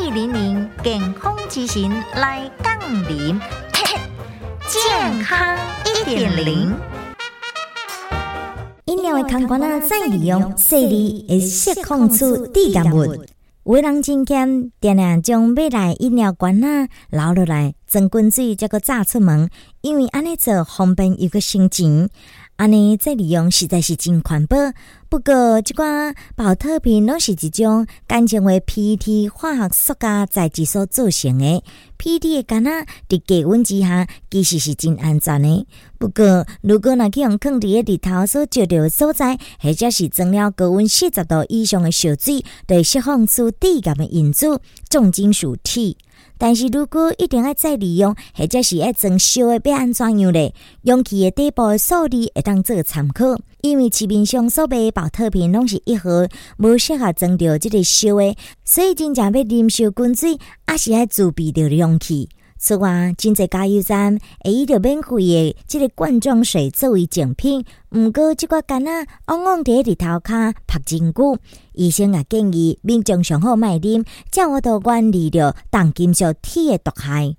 400健康之行来降临，健康1.0。 饮料的空罐再利用细腻的锡矿出低压物。有的人真俭，定定将买来饮料罐留落来，装滚水再个炸出门，因为安尼做方便又个省钱。安尼再利用实在是真环保。不过，这款保特瓶拢是一种干净为 PET 化学塑胶材质所造成的。PET 的干在低温之下，其实是真安全的。不过，如果若去用放伫日头所照到的所在，或者是装了高温40度以上的烧水，就会释放出低压的因子重金属体。但是如果一定要再利用，或者是要装烧的，要安怎样咧？容器的底部的数字会当做参考，因为市面上所卖保特瓶拢是1号，无适合装着这个烧的，所以真正要啉烧滚水，也是要自备着容器。此外，真侪加油站会以着免费的这个罐装水作为奖品，不过这个干往往伫日头下晒真久。医生也建议民众上好莫啉，才有度远离着重金属体的毒害。